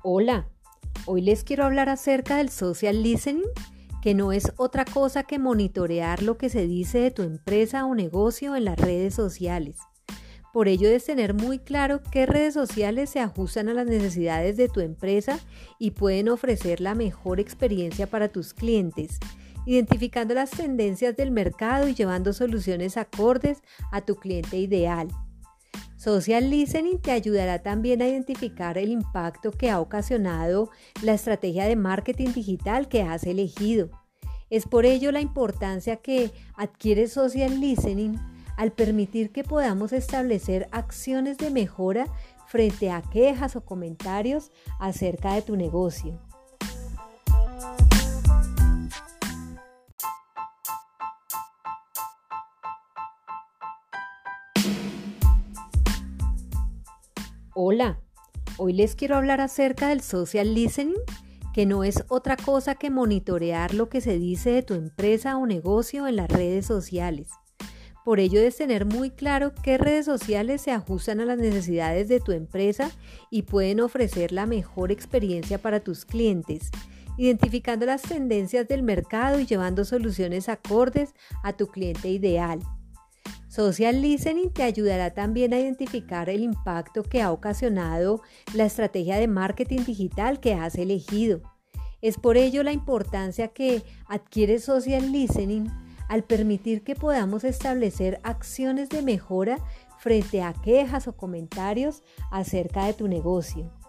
Hola, hoy les quiero hablar acerca del social listening, que no es otra cosa que monitorear lo que se dice de tu empresa o negocio en las redes sociales. Por ello debes tener muy claro qué redes sociales se ajustan a las necesidades de tu empresa y pueden ofrecer la mejor experiencia para tus clientes, identificando las tendencias del mercado y llevando soluciones acordes a tu cliente ideal. Social Listening te ayudará también a identificar el impacto que ha ocasionado la estrategia de marketing digital que has elegido. Es por ello la importancia que adquiere Social Listening al permitir que podamos establecer acciones de mejora frente a quejas o comentarios acerca de tu negocio. Hola, hoy les quiero hablar acerca del social listening, que no es otra cosa que monitorear lo que se dice de tu empresa o negocio en las redes sociales. Por ello debes tener muy claro qué redes sociales se ajustan a las necesidades de tu empresa y pueden ofrecer la mejor experiencia para tus clientes, identificando las tendencias del mercado y llevando soluciones acordes a tu cliente ideal. Social Listening te ayudará también a identificar el impacto que ha ocasionado la estrategia de marketing digital que has elegido. Es por ello la importancia que adquiere Social Listening al permitir que podamos establecer acciones de mejora frente a quejas o comentarios acerca de tu negocio.